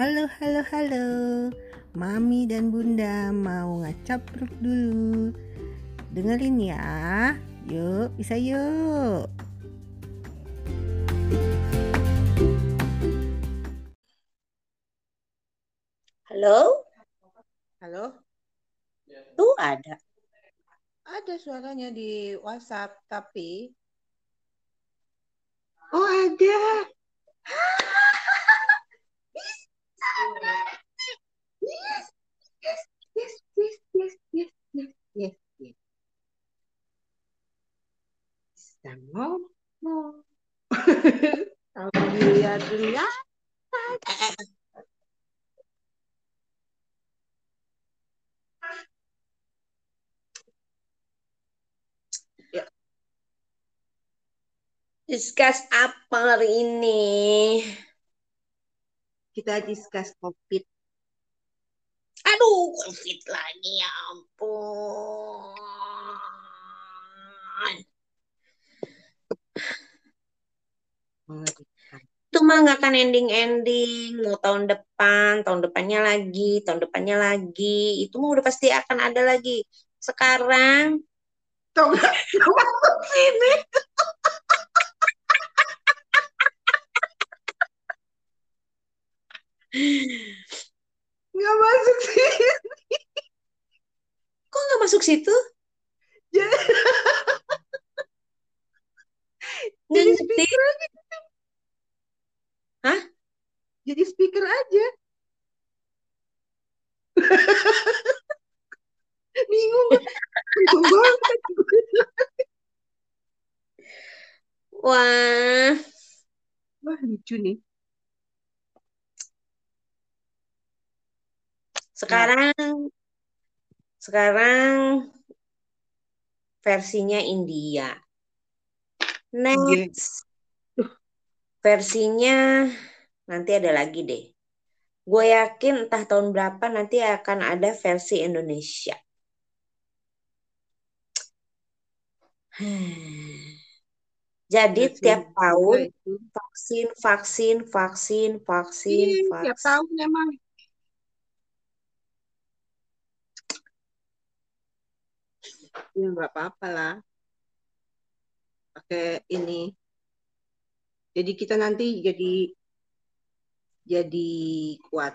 Halo, halo, halo. Mami dan Bunda mau ngacapruk dulu. Dengerin ya. Yuk, bisa yuk. Halo? Halo, Tuh ada. ada suaranya di WhatsApp, tapi Oh ada. yes, yes, yes, yes, yes, yes, yes, yes, yes. Bisa ngomong. Kalau dilihat ya. Ya, Discuss apa hari ini? kita discuss COVID. Aduh, COVID lagi ya ampun. Mengerikan. Itu mah nggak akan ending-ending. Mau tahun depannya lagi, tahun depannya lagi. Itu mah udah pasti akan ada lagi. Sekarang, Tuh, nggak masuk sini. Nggak masuk sini. kok nggak masuk situ? Jadi, Nggak jadi ngerti. speaker aja. Hah? Jadi speaker aja. Bingung gue. Bingung banget. Wah, Wah, lucu nih. Kenapa? sekarang versinya India. Dia. Next versinya nanti ada lagi deh. Gue yakin entah tahun berapa nanti akan ada versi Indonesia. Jadi Kasihan tiap juga tahun itu. vaksin, vaksin, vaksin, vaksin, Iya, tiap vaksin. tahun emang. Ya nggak apa-apa lah. Pakai ini. Jadi kita nanti jadi kuat.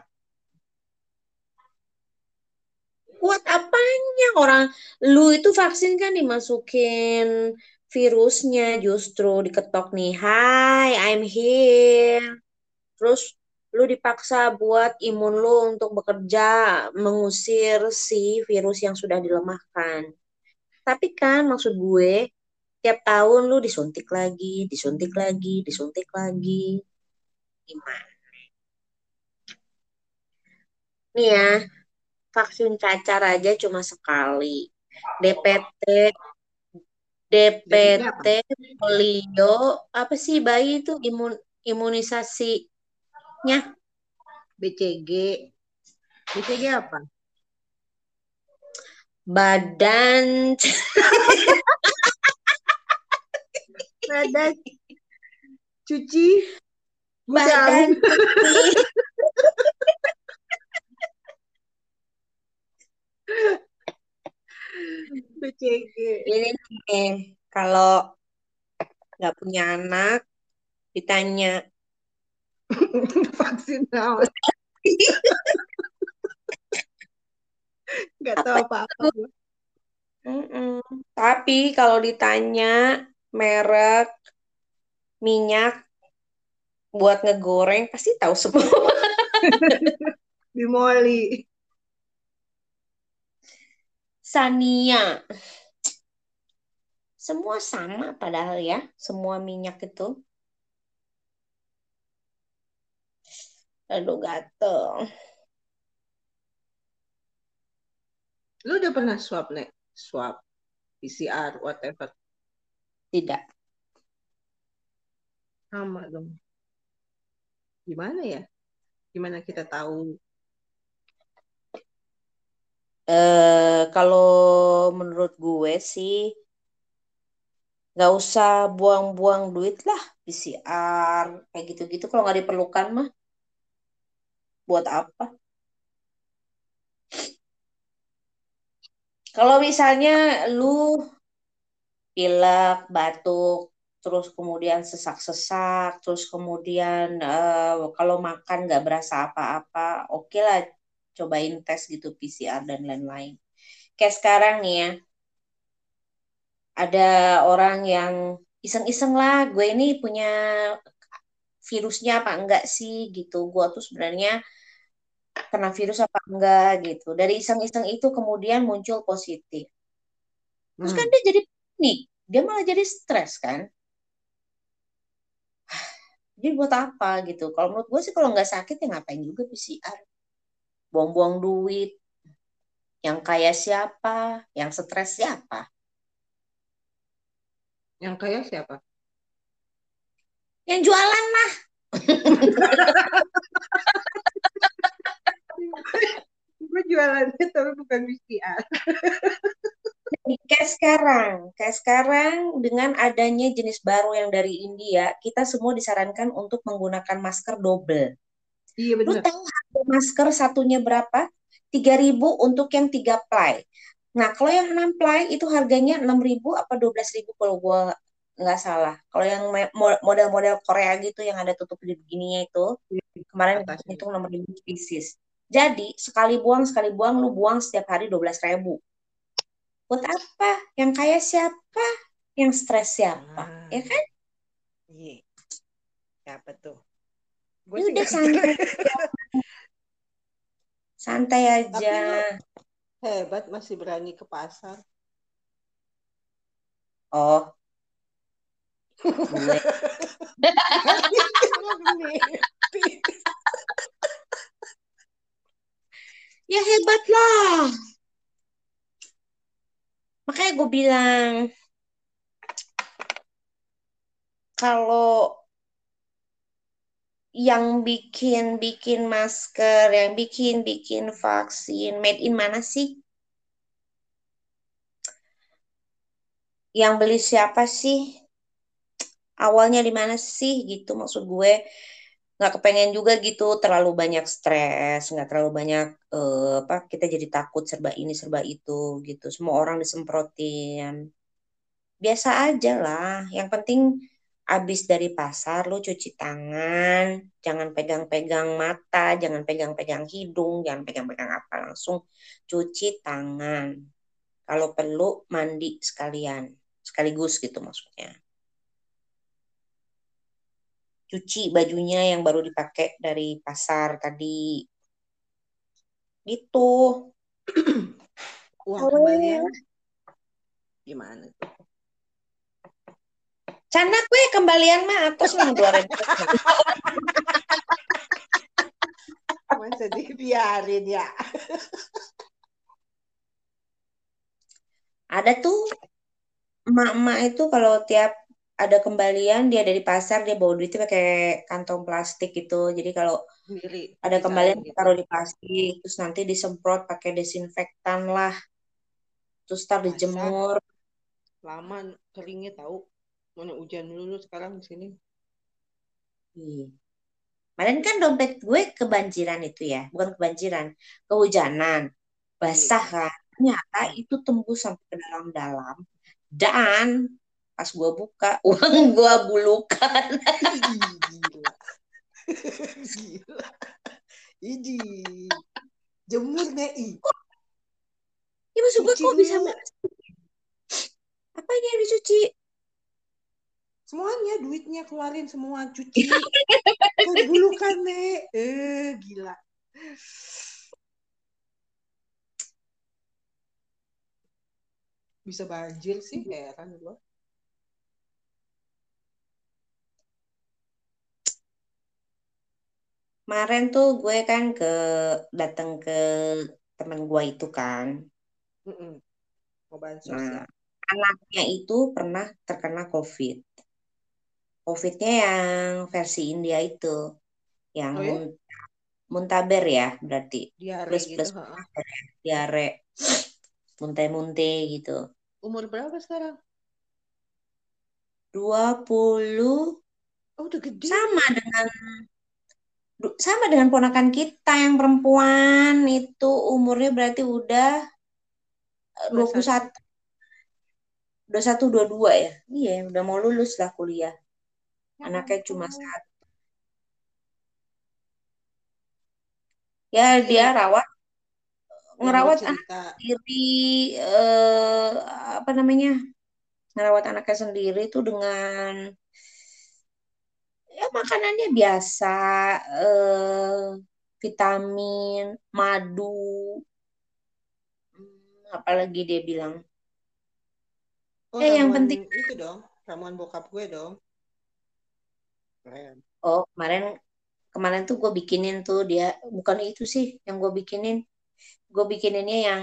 Kuat apanya orang lu itu vaksin kan dimasukin virusnya justru diketok nih. Hai, I'm here. Terus lu dipaksa buat imun lu untuk bekerja mengusir si virus yang sudah dilemahkan. Tapi kan maksud gue tiap tahun lu disuntik lagi, disuntik lagi, disuntik lagi. Gimana? Nih ya, vaksin cacar aja cuma sekali. DPT, DPT apa? DPT, polio, apa sih bayi itu imunisasinya BCG. BCG apa? badan Ada cuci gudang. badan cuci. BCG. Ini nih, kalau nggak punya anak, ditanya, Vaksin naon. Nggak tahu apa apa-apa itu? gue. Mm-mm. Tapi kalau ditanya merek minyak buat ngegoreng, pasti tahu semua. Bimoli. Sania. Semua sama padahal ya, semua minyak itu. Aduh gatel. Lu udah pernah swab, Nek? Swab, PCR, whatever. Tidak. Sama dong. Gimana ya? Gimana kita tahu? Kalau menurut gue sih, nggak usah buang-buang duit lah PCR kayak gitu-gitu kalau nggak diperlukan mah. Buat apa? Kalau misalnya lu pilek, batuk, terus kemudian sesak-sesak, terus kemudian kalau makan nggak berasa apa-apa, oke lah cobain tes gitu PCR dan lain-lain. Kayak sekarang nih ya, ada orang yang iseng-iseng lah, gue ini punya virusnya apa enggak sih gitu. Gue tuh sebenarnya kena virus apa enggak gitu. Dari iseng-iseng itu kemudian muncul positif. Terus kan Hmm. dia jadi panik, dia malah jadi stres kan. Jadi buat apa gitu? Kalau menurut gue sih kalau nggak sakit ya ngapain juga PCR. Buang-buang duit. Yang kaya siapa? Yang stres siapa? Yang kaya siapa? Yang jualan lah. Gue jualannya tapi bukan PCR. Kayak sekarang dengan adanya jenis baru yang dari India, kita semua disarankan untuk menggunakan masker double. Iya Lu bener. tahu harga masker satunya berapa? 3.000 untuk yang 3 ply. Nah, kalau yang 6 ply itu harganya 6.000 apa 12.000 kalau gue nggak salah. Kalau yang model-model Korea gitu yang ada tutup di begininya itu, kemarin Atasnya. itu 6.000 pieces. Jadi, sekali buang, lu buang setiap hari 12.000. Buat apa? Yang kaya siapa? Yang stres siapa? Ya Ah, kan? iya. Siapa tuh? Gue Ya sih udah nggak santai, stres. santai aja. Tapi lu hebat masih berani ke pasar. Oh, gue. Berani emang mimpi. Ya hebat lah. Makanya gue bilang, kalau yang bikin-bikin masker, yang bikin-bikin vaksin, made in mana sih? Yang beli siapa sih? Awalnya di mana sih gitu maksud gue. Nggak kepengen juga gitu terlalu banyak stres, nggak terlalu banyak apa kita jadi takut serba ini serba itu gitu. Semua orang disemprotin. Biasa aja lah. Yang penting abis dari pasar lu cuci tangan, jangan pegang-pegang mata, jangan pegang-pegang hidung, jangan pegang-pegang apa, langsung cuci tangan. Kalau perlu mandi sekalian, sekaligus gitu maksudnya. Cuci bajunya yang baru dipakai dari pasar tadi. Gitu. Uang Awalnya. kembalian gimana tuh? Canda kue kembalian mah atos mah 2.000. Masa dibiarin ya? Ada tuh emak-emak itu kalau tiap ada kembalian dia dari pasar dia bawa duitnya pakai kantong plastik gitu. Jadi kalau Sendiri ada pisahin kembalian gitu. taruh di plastik terus nanti disemprot pakai desinfektan lah. Terus tar Pasar dijemur. lama keringnya tahu. Mana hujan dulu sekarang di sini. Ih. Kemarin kan dompet gue kebanjiran itu ya, bukan kebanjiran, kehujanan, Iya basah kan. kan. Ternyata Hmm. itu tembus sampai ke dalam-dalam. Dan pas gue buka, uang gue bulukan. Ih, gila. Gila. Idi. Jemur deh. Ih. Ya maksud gue Cuci kok bisa dulu. apa ini yang dicuci? Semuanya duitnya keluarin semua cuci. Kan bulukan nek. Gila. Bisa banjir sih heran gue. Kemarin tuh gue kan datang ke teman gue itu kan. Mm-mm. Mau bansos Nah, ya. anaknya itu pernah terkena COVID. COVID-nya yang versi India itu, yang Oh ya? muntaber ya berarti. Diare Plus gitu. plus Ha. muntaber ya. Diare, munte-munte gitu. Umur berapa sekarang? 20 Oh udah gede. sama dengan Sama dengan ponakan kita yang perempuan itu umurnya berarti udah 21, 21, 22 ya. Iya, udah mau lulus lah kuliah. Ya Anaknya cuma ampun. satu. Ya Itu dia yang lu ngerawat anak cerita. sendiri, eh, apa namanya, ngerawat anaknya sendiri itu dengan ya makanannya biasa, eh, vitamin, madu, apalagi dia bilang. Oh, Yang ramuan penting. itu dong. Ramuan bokap gue dong. Keren. Oh, kemarin kemarin tuh gue bikinin tuh dia, bukan itu sih yang gue bikinin. Gue bikininnya yang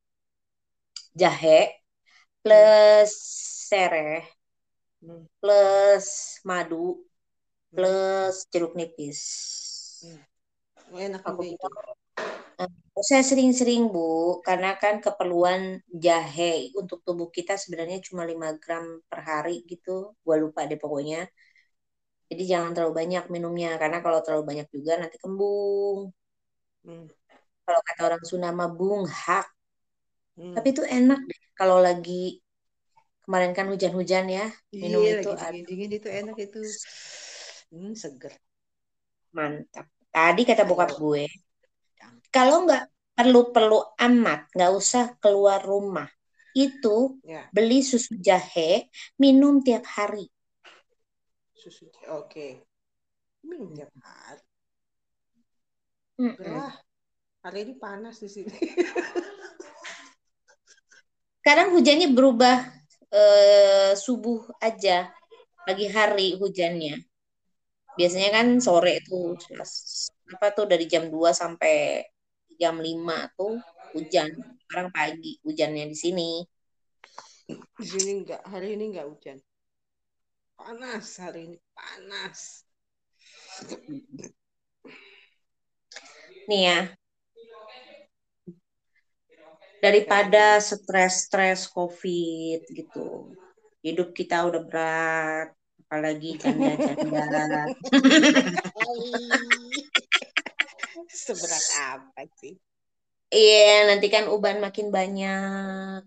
jahe Hmm. plus sereh Hmm. plus madu Hmm. plus jeruk nipis. Hmm. Oh, enak Aku juga itu. bilang, saya sering-sering Bu, karena kan keperluan jahe untuk tubuh kita sebenarnya cuma 5 gram per hari gitu. Gue lupa deh pokoknya. Jadi jangan terlalu banyak minumnya, karena kalau terlalu banyak juga nanti kembung. Hmm. Kalau kata orang Sunda mah bunghak. Tapi Hmm. itu enak deh kalau lagi kemarin kan hujan-hujan ya, Iya, minum itu lagi dingin-dingin itu enak itu. Seger. mantap. Tadi kata bokap Kalau gue, kalau nggak perlu-perlu amat, nggak usah keluar rumah. Itu ya beli susu jahe, minum tiap hari. susu. Oke. Minum tiap hari. Mm-mm. Gerah. Hari ini panas di sini. Sekarang hujannya berubah, subuh aja, pagi hari hujannya. Biasanya kan sore itu apa tuh dari jam 2 sampai jam 5 tuh hujan. Sekarang pagi hujannya di sini. Di sini enggak. Hari ini enggak hujan. Panas hari ini. Panas. Nih ya, Sekarang daripada gimana? stres-stres COVID gitu. Hidup kita udah berat, apalagi janda-janda. Seberat apa sih? Iya, nanti kan uban makin banyak.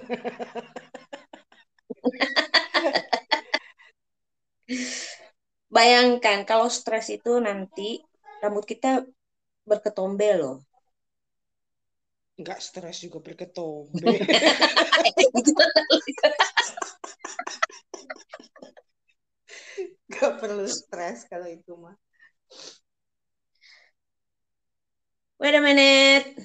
Bayangkan kalau stres itu nanti rambut kita berketombe loh. Enggak stres juga berketombe. Enggak perlu stres kalau itu mah. Wait a minute.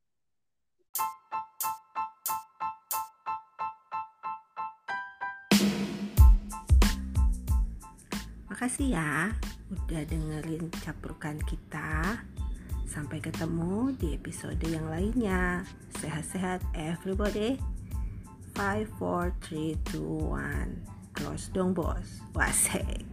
Makasih ya udah dengerin caprukan kita. Sampai ketemu di episode yang lainnya. Sehat-sehat everybody. 5, 4, 3, 2, 1. Close dong bos. Wasek.